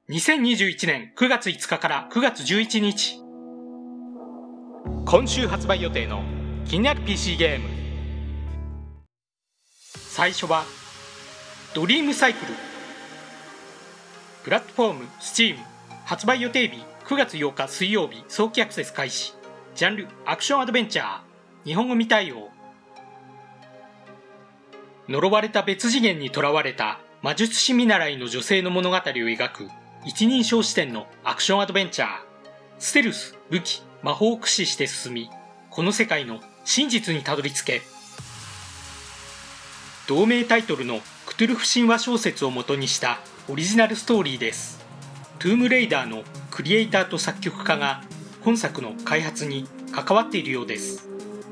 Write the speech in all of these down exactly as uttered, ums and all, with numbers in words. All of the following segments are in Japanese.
にせんにじゅういちねんくがついつかからくがつじゅういちにち、今週発売予定の気になる ピーシー ゲーム。最初はドリームサイクル。プラットフォーム Steam、 発売予定日くがつようか水曜日、早期アクセス開始。ジャンルアクションアドベンチャー、日本語未対応。呪われた別次元に囚われた魔術師見習いの女性の物語を描く一人称視点のアクションアドベンチャー。ステルス、武器、魔法を駆使して進み、この世界の真実にたどり着け。同名タイトルのクトゥルフ神話小説を元にしたオリジナルストーリーです。トゥームレイダーのクリエイターと作曲家が本作の開発に関わっているようです。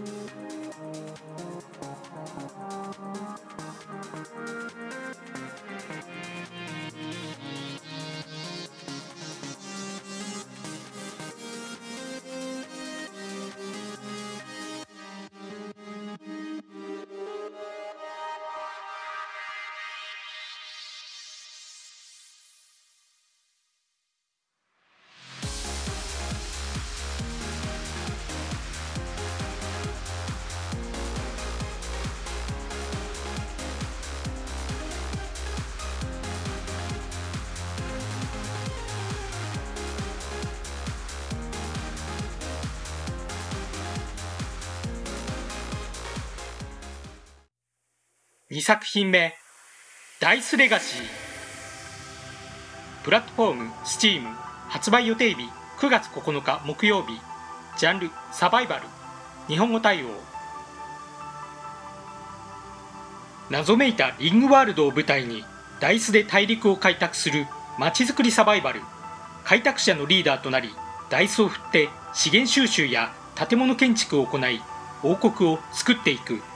にさく品目、ダイスレガシー。プラットフォーム Steam、 発売予定日くがつここのか木曜日。ジャンルサバイバル、日本語対応。謎めいたリングワールドを舞台にダイスで大陸を開拓するまちづくりサバイバル。開拓者のリーダーとなり、ダイスを振って資源収集や建物建築を行い、王国を作っていく。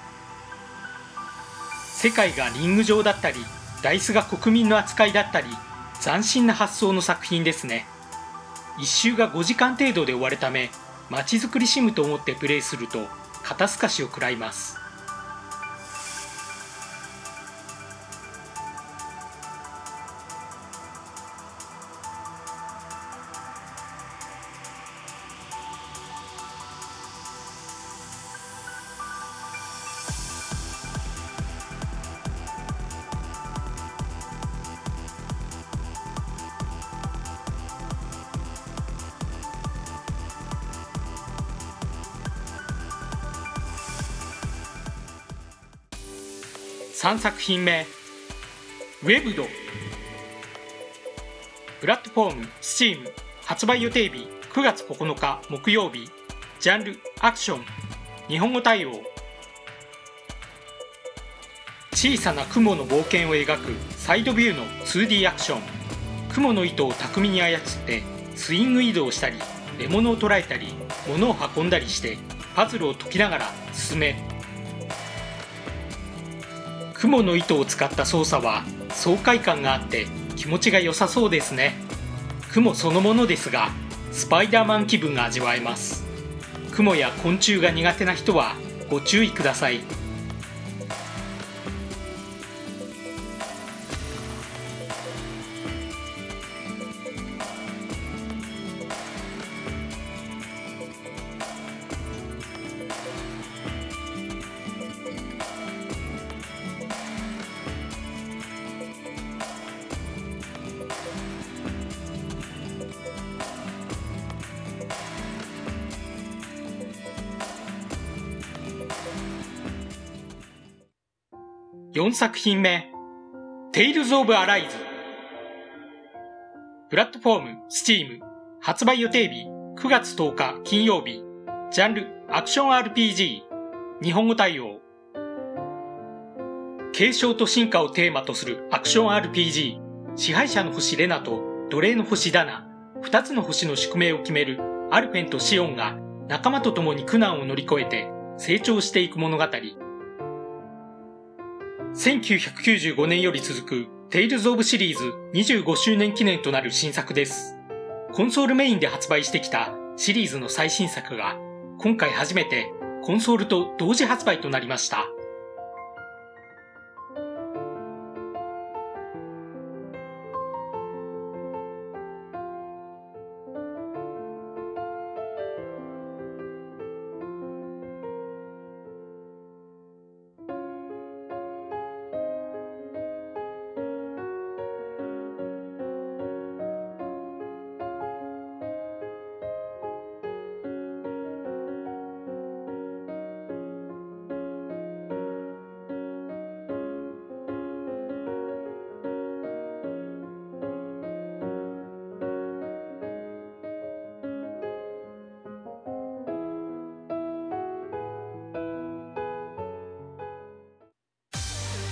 世界がリング上だったり、ダイスが国民の扱いだったり、斬新な発想の作品ですね。一周がごじかん程度で終わるため、まちづくりシムと思ってプレイすると肩透かしを食らいます。さんさく品目、ウェブド。プラットフォーム Steam、 発売予定日くがつここのか木曜日。ジャンルアクション、日本語対応。小さな雲の冒険を描くサイドビューの ツーディー アクション。雲の糸を巧みに操ってスイング移動したり、獲物を捕らえたり、物を運んだりしてパズルを解きながら進め。雲の糸を使った操作は爽快感があって気持ちが良さそうですね。雲そのものですが、スパイダーマン気分が味わえます。雲や昆虫が苦手な人はご注意ください。よんさく品目、テイルズ・オブ・アライズ。プラットフォーム Steam、 発売予定日くがつとおか金曜日。ジャンルアクション アールピージー、 日本語対応。継承と進化をテーマとするアクション アールピージー。 支配者の星レナと奴隷の星ダナ、ふたつの星の宿命を決めるアルフェンとシオンが仲間と共に苦難を乗り越えて成長していく物語。せんきゅうひゃくきゅうじゅうごねんより続くテイルズ・オブシリーズにじゅうごしゅうねん記念となる新作です。コンソールメインで発売してきたシリーズの最新作が今回初めてコンソールと同時発売となりました。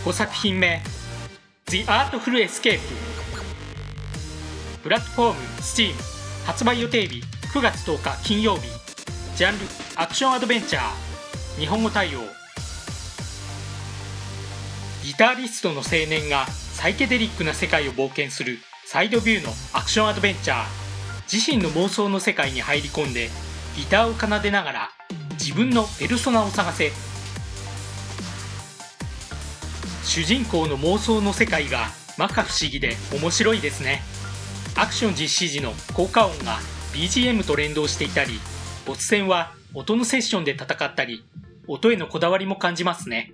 ごさく品目 The Artful Escape。 プラットフォーム Steam、 発売予定日くがつとおか金曜日。ジャンルアクションアドベンチャー、日本語対応。ギタリストの青年がサイケデリックな世界を冒険するサイドビューのアクションアドベンチャー。自身の妄想の世界に入り込んでギターを奏でながら自分のペルソナを探せ。主人公の妄想の世界が摩訶不思議で面白いですね。アクション実施時の効果音が ビージーエム と連動していたり、ボス戦は音のセッションで戦ったり、音へのこだわりも感じますね。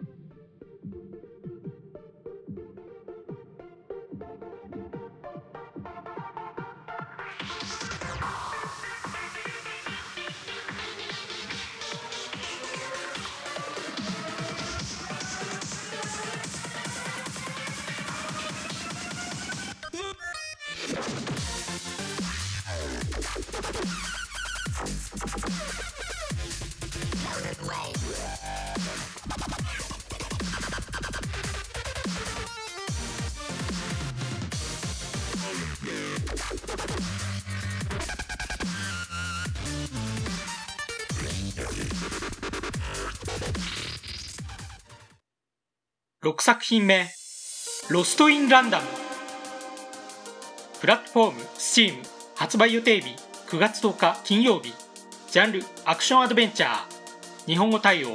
ろくさく品目ロストインランダム。プラットフォーム Steam、 発売予定日くがつとおか金曜日。ジャンルアクションアドベンチャー、日本語対応。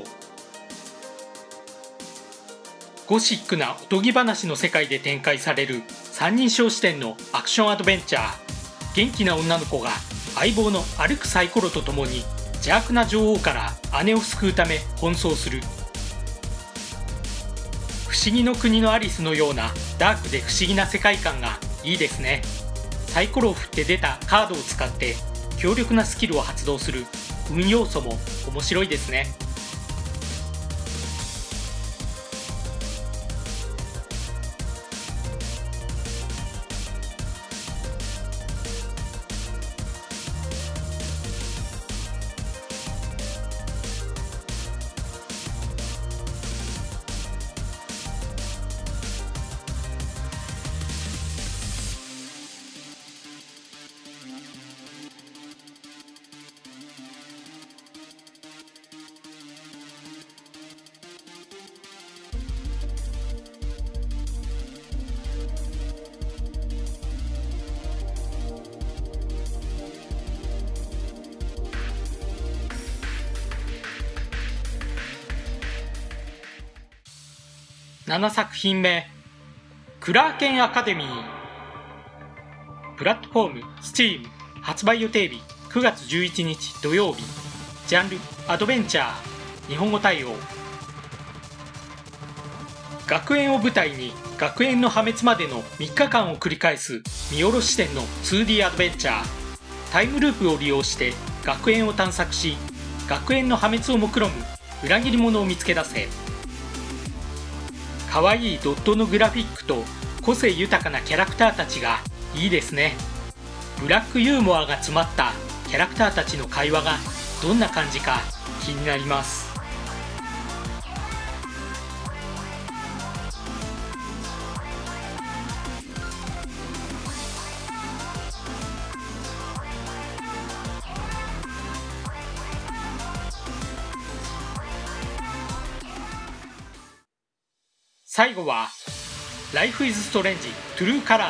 ゴシックなおとぎ話の世界で展開される三人称視点のアクションアドベンチャー。元気な女の子が相棒の歩くサイコロとともに邪悪な女王から姉を救うため奔走する。不思議の国のアリスのようなダークで不思議な世界観がいいですね。サイコロを振って出たカードを使って強力なスキルを発動する運要素も面白いですね。ななさく品目クラーケンアカデミー。プラットフォーム Steam、 発売予定日くがつじゅういちにち土曜日。ジャンルアドベンチャー、日本語対応。学園を舞台に学園の破滅までのみっかかんを繰り返す見下ろし視点の ツーディー アドベンチャー。タイムループを利用して学園を探索し、学園の破滅を目論む裏切り者を見つけ出せ。可愛いドットのグラフィックと個性豊かなキャラクターたちがいいですね。ブラックユーモアが詰まったキャラクターたちの会話がどんな感じか気になります。最後は Life is Strange True Colors。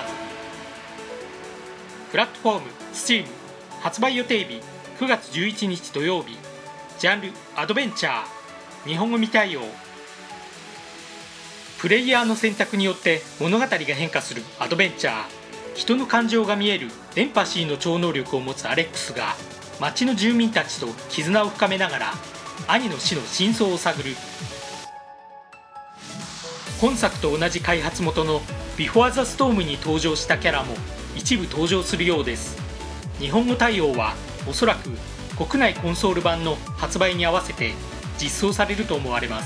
プラットフォーム Steam、 発売予定日くがつじゅういちにち土曜日。ジャンルアドベンチャー、日本語未対応。プレイヤーの選択によって物語が変化するアドベンチャー。人の感情が見えるエンパシーの超能力を持つアレックスが町の住民たちと絆を深めながら兄の死の真相を探る。本作と同じ開発元の Before the Storm に登場したキャラも一部登場するようです。日本語対応はおそらく国内コンソール版の発売に合わせて実装されると思われます。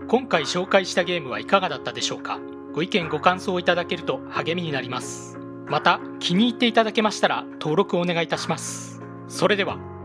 今回紹介したゲームはいかがだったでしょうか。ご意見ご感想をいただけると励みになります。また気に入っていただけましたら登録をお願いいたします。それでは。